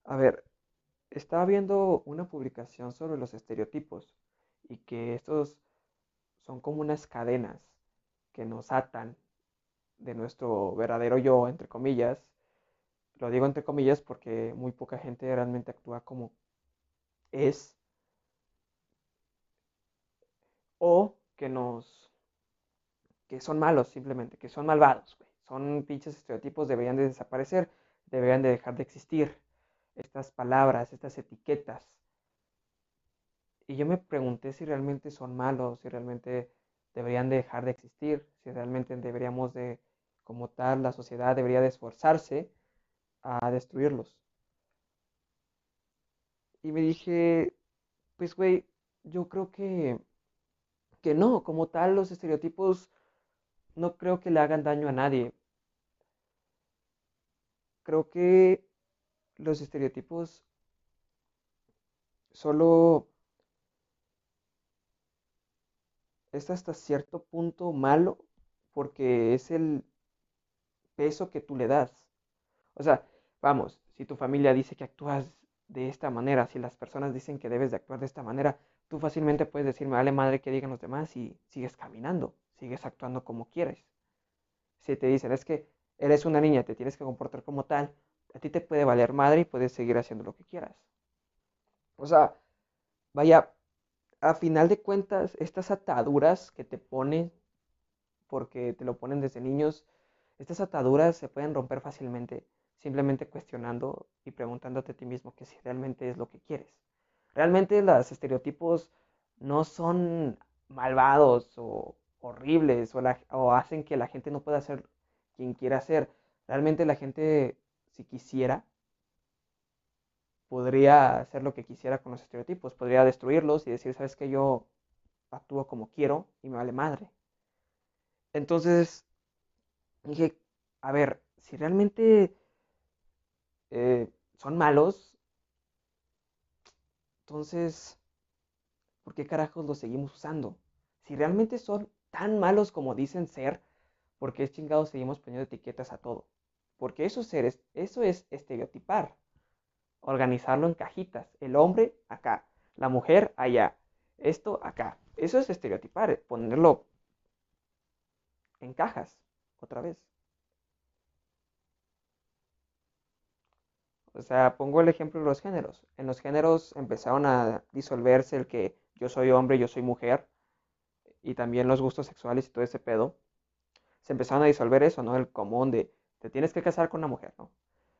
A ver, estaba viendo una publicación sobre los estereotipos y que estos son como unas cadenas que nos atan de nuestro verdadero yo, entre comillas. Lo digo entre comillas porque muy poca gente realmente actúa como es o que son malos simplemente, que son malvados, güey. Son pinches estereotipos, deberían de desaparecer, deberían de dejar de existir. Estas palabras, estas etiquetas. Y yo me pregunté si realmente son malos, si realmente deberían de dejar de existir, si realmente deberíamos de, como tal, la sociedad debería de esforzarse a destruirlos. Y me dije, pues güey, yo creo que no, como tal, los estereotipos no creo que le hagan daño a nadie. Creo que los estereotipos solo es hasta cierto punto malo porque es el peso que tú le das. O sea, vamos, si tu familia dice que actúas de esta manera, si las personas dicen que debes de actuar de esta manera, tú fácilmente puedes decir, me vale madre que digan los demás y sigues caminando, sigues actuando como quieres. Si te dicen, es que eres una niña, te tienes que comportar como tal, a ti te puede valer madre y puedes seguir haciendo lo que quieras. O sea, vaya, a final de cuentas, estas ataduras que te ponen, porque te lo ponen desde niños, estas ataduras se pueden romper fácilmente, simplemente cuestionando y preguntándote a ti mismo que si realmente es lo que quieres. Realmente los estereotipos no son malvados o horribles o hacen que la gente no pueda ser quien quiera ser. Realmente la gente, si quisiera, podría hacer lo que quisiera con los estereotipos, podría destruirlos y decir, sabes que yo actúo como quiero y me vale madre. Entonces dije, a ver, si realmente son malos, entonces, ¿por qué carajos los seguimos usando? Si realmente son tan malos como dicen ser, ¿por qué chingados seguimos poniendo etiquetas a todo? Porque eso es estereotipar, organizarlo en cajitas. El hombre acá, la mujer allá, esto acá. Eso es estereotipar, ponerlo en cajas, otra vez. O sea, pongo el ejemplo de los géneros. En los géneros empezaron a disolverse el que yo soy hombre, yo soy mujer, y también los gustos sexuales y todo ese pedo. Se empezaron a disolver eso, ¿no? El común de te tienes que casar con una mujer, ¿no?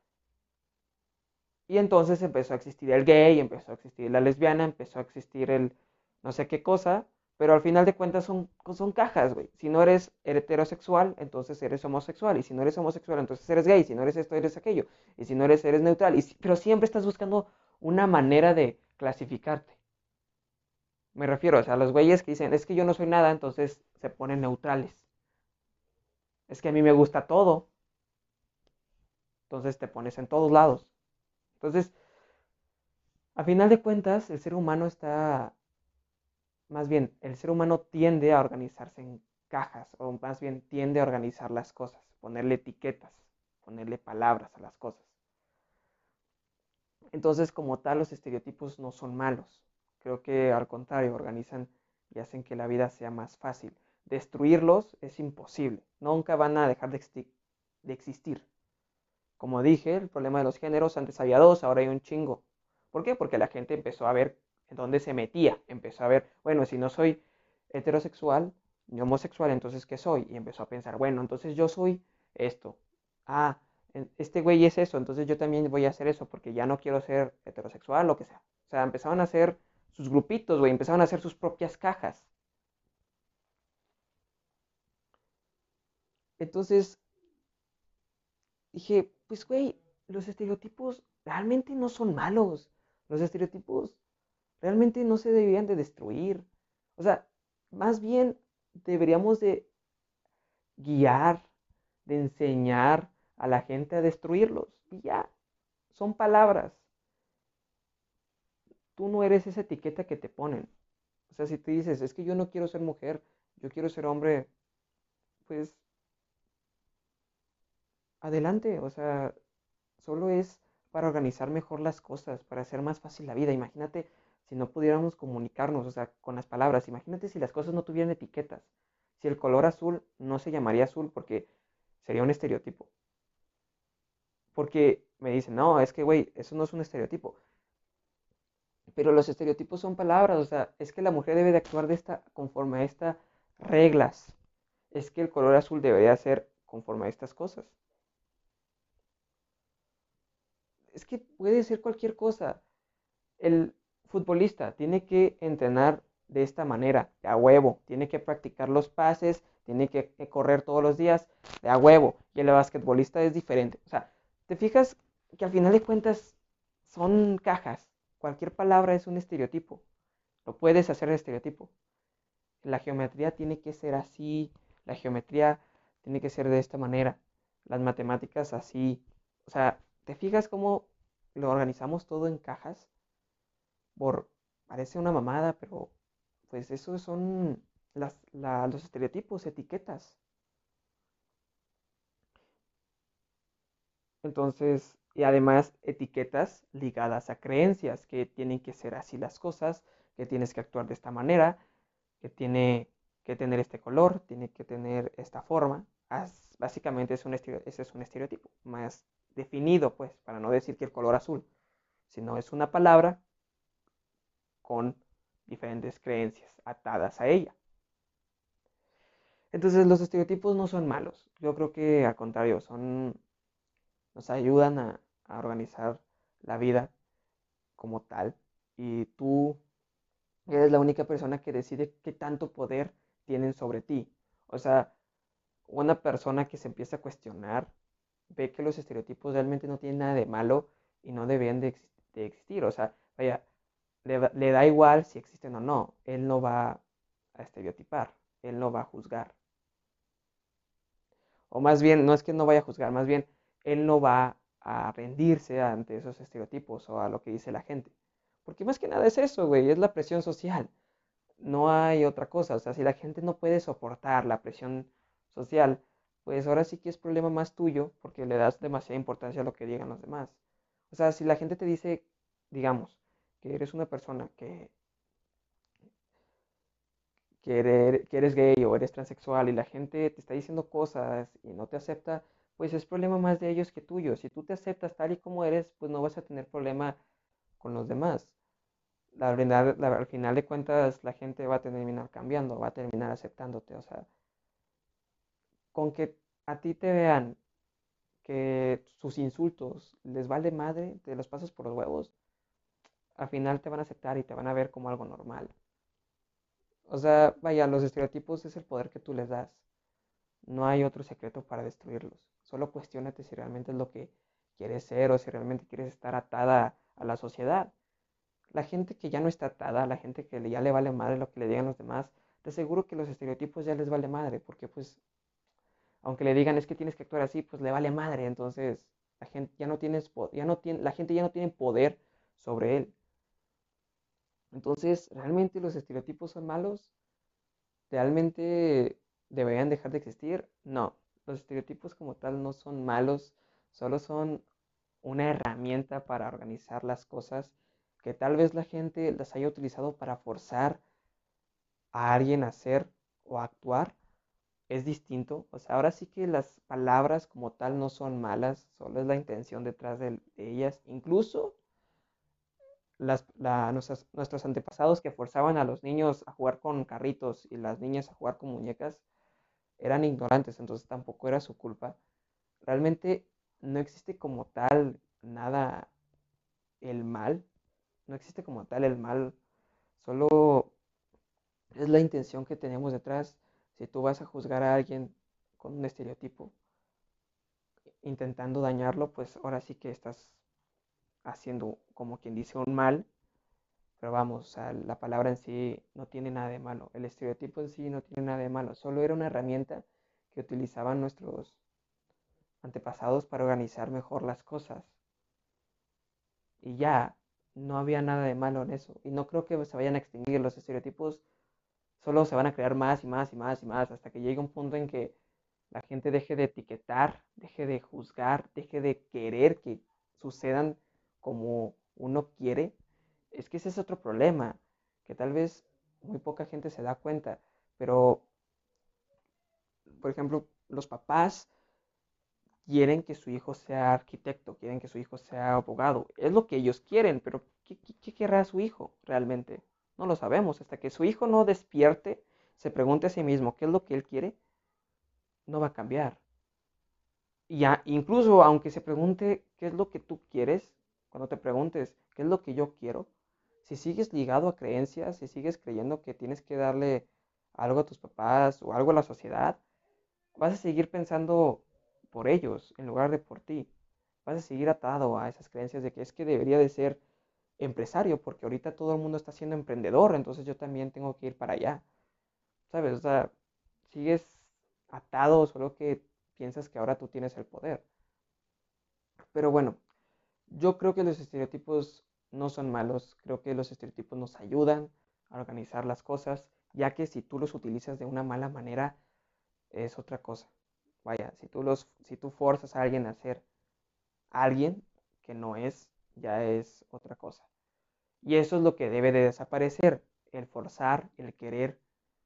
Y entonces empezó a existir el gay, empezó a existir la lesbiana, empezó a existir el no sé qué cosa, pero al final de cuentas son cajas, güey. Si no eres heterosexual, entonces eres homosexual. Y si no eres homosexual, entonces eres gay. Si no eres esto, eres aquello. Y si no eres, eres neutral. Pero siempre estás buscando una manera de clasificarte. Me refiero, o sea, a los güeyes que dicen, es que yo no soy nada, entonces se ponen neutrales. Es que a mí me gusta todo, entonces te pones en todos lados. Entonces, a final de cuentas, el ser humano está, más bien, el ser humano tiende a organizarse en cajas, o más bien tiende a organizar las cosas, ponerle etiquetas, ponerle palabras a las cosas. Entonces, como tal, los estereotipos no son malos. Creo que al contrario, organizan y hacen que la vida sea más fácil. Destruirlos es imposible. Nunca van a dejar de existir. Como dije, el problema de los géneros, antes había dos, ahora hay un chingo. ¿Por qué? Porque la gente empezó a ver en dónde se metía. Empezó a ver, bueno, si no soy heterosexual ni homosexual, entonces ¿qué soy? Y empezó a pensar, bueno, entonces yo soy esto. Ah, este güey es eso, entonces yo también voy a hacer eso porque ya no quiero ser heterosexual, lo que sea. O sea, empezaron a hacer sus grupitos, güey, empezaron a hacer sus propias cajas. Entonces dije, pues güey, los estereotipos realmente no son malos. Los estereotipos realmente no se deberían de destruir. O sea, más bien deberíamos de guiar, de enseñar a la gente a destruirlos. Y ya, son palabras. Tú no eres esa etiqueta que te ponen. O sea, si te dices, es que yo no quiero ser mujer, yo quiero ser hombre, pues adelante. O sea, solo es para organizar mejor las cosas, para hacer más fácil la vida. Imagínate si no pudiéramos comunicarnos, o sea, con las palabras. Imagínate si las cosas no tuvieran etiquetas. Si el color azul no se llamaría azul porque sería un estereotipo. Porque me dicen, no, es que, güey, eso no es un estereotipo. Pero los estereotipos son palabras, o sea, es que la mujer debe de actuar de esta, conforme a estas reglas. Es que el color azul debería ser conforme a estas cosas. Es que puede ser cualquier cosa. El futbolista tiene que entrenar de esta manera, de a huevo. Tiene que practicar los pases, tiene que correr todos los días, de a huevo. Y el basquetbolista es diferente. O sea, te fijas que al final de cuentas son cajas. Cualquier palabra es un estereotipo. Lo puedes hacer estereotipo. La geometría tiene que ser así. La geometría tiene que ser de esta manera. Las matemáticas así. O sea, ¿te fijas cómo lo organizamos todo en cajas? Por, parece una mamada, pero pues eso son los estereotipos, etiquetas. Entonces, y además etiquetas ligadas a creencias, que tienen que ser así las cosas, que tienes que actuar de esta manera, que tiene que tener este color, tiene que tener esta forma. Básicamente ese es un estereotipo más definido, pues, para no decir que el color azul, sino es una palabra con diferentes creencias atadas a ella. Entonces los estereotipos no son malos. Yo creo que al contrario, nos ayudan a organizar la vida como tal. Y tú eres la única persona que decide qué tanto poder tienen sobre ti. O sea, una persona que se empieza a cuestionar ve que los estereotipos realmente no tienen nada de malo y no deben de existir. O sea, vaya, le da igual si existen o no. Él no va a estereotipar, él no va a juzgar. O más bien, no es que no vaya a juzgar, más bien, él no va a rendirse ante esos estereotipos o a lo que dice la gente. Porque más que nada es eso, güey, es la presión social. No hay otra cosa. O sea, si la gente no puede soportar la presión social, pues ahora sí que es problema más tuyo porque le das demasiada importancia a lo que digan los demás. O sea, si la gente te dice, digamos, que eres una persona que eres gay o eres transexual y la gente te está diciendo cosas y no te acepta, pues es problema más de ellos que tuyo. Si tú te aceptas tal y como eres, pues no vas a tener problema con los demás. Al final de cuentas, la gente va a terminar cambiando, va a terminar aceptándote. O sea, con que a ti te vean que sus insultos les vale madre, te los pasas por los huevos, al final te van a aceptar y te van a ver como algo normal. O sea, vaya, los estereotipos es el poder que tú les das. No hay otro secreto para destruirlos. Solo cuestiónate si realmente es lo que quieres ser o si realmente quieres estar atada a la sociedad. La gente que ya no está atada, la gente que ya le vale madre lo que le digan los demás, te aseguro que los estereotipos ya les vale madre, porque pues, aunque le digan es que tienes que actuar así, pues le vale madre. Entonces, la gente ya no tienes, ya no tiene, la gente ya no tiene poder sobre él. Entonces, ¿realmente los estereotipos son malos? ¿Realmente deberían dejar de existir? No, los estereotipos como tal no son malos, solo son una herramienta para organizar las cosas que tal vez la gente las haya utilizado para forzar a alguien a hacer o a actuar. Es distinto. O sea, ahora sí que las palabras como tal no son malas, solo es la intención detrás de ellas. Incluso nuestros antepasados que forzaban a los niños a jugar con carritos y las niñas a jugar con muñecas eran ignorantes, entonces tampoco era su culpa. Realmente no existe como tal nada el mal, no existe como tal el mal, solo es la intención que tenemos detrás. Si tú vas a juzgar a alguien con un estereotipo intentando dañarlo, pues ahora sí que estás haciendo como quien dice un mal, pero vamos, o sea, la palabra en sí no tiene nada de malo, el estereotipo en sí no tiene nada de malo, solo era una herramienta que utilizaban nuestros antepasados para organizar mejor las cosas. Y ya, no había nada de malo en eso. Y no creo que se vayan a extinguir los estereotipos, solo se van a crear más y más y más y más hasta que llegue un punto en que la gente deje de etiquetar, deje de juzgar, deje de querer que sucedan como uno quiere, es que ese es otro problema, que tal vez muy poca gente se da cuenta, pero, por ejemplo, los papás quieren que su hijo sea arquitecto, quieren que su hijo sea abogado, es lo que ellos quieren, pero ¿qué querrá su hijo realmente? No lo sabemos, hasta que su hijo no despierte, se pregunte a sí mismo qué es lo que él quiere, no va a cambiar. Y incluso aunque se pregunte qué es lo que tú quieres, cuando te preguntes qué es lo que yo quiero, si sigues ligado a creencias, si sigues creyendo que tienes que darle algo a tus papás o algo a la sociedad, vas a seguir pensando por ellos en lugar de por ti. Vas a seguir atado a esas creencias de que es que debería de ser empresario, porque ahorita todo el mundo está siendo emprendedor, entonces yo también tengo que ir para allá. ¿Sabes? O sea, sigues atado, solo que piensas que ahora tú tienes el poder. Pero bueno, yo creo que los estereotipos no son malos, creo que los estereotipos nos ayudan a organizar las cosas, ya que si tú los utilizas de una mala manera es otra cosa. Vaya, si tú forzas a alguien a ser alguien que no es, ya es otra cosa. Y eso es lo que debe de desaparecer, el forzar, el querer.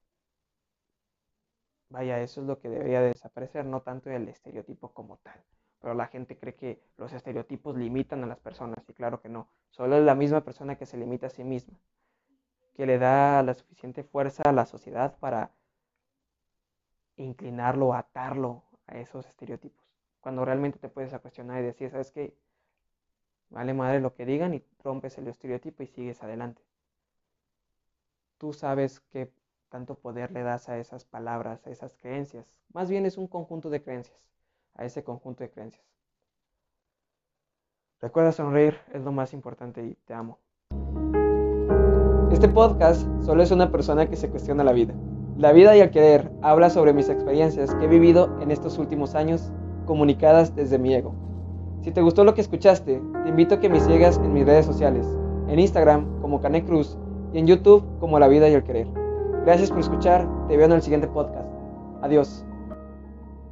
Vaya, eso es lo que debería de desaparecer, no tanto el estereotipo como tal. Pero la gente cree que los estereotipos limitan a las personas, y claro que no. Solo es la misma persona que se limita a sí misma, que le da la suficiente fuerza a la sociedad para inclinarlo, atarlo a esos estereotipos. Cuando realmente te puedes a cuestionar y decir, ¿sabes qué? Vale madre lo que digan y rompes el estereotipo y sigues adelante. Tú sabes qué tanto poder le das a esas palabras, a esas creencias. Más bien es un conjunto de creencias, a ese conjunto de creencias. Recuerda sonreír, es lo más importante y te amo. Este podcast solo es una persona que se cuestiona la vida. La vida y el querer habla sobre mis experiencias que he vivido en estos últimos años, comunicadas desde mi ego. Si te gustó lo que escuchaste, te invito a que me sigas en mis redes sociales, en Instagram como Cané Cruz y en YouTube como La Vida y el Querer. Gracias por escuchar, te veo en el siguiente podcast. Adiós.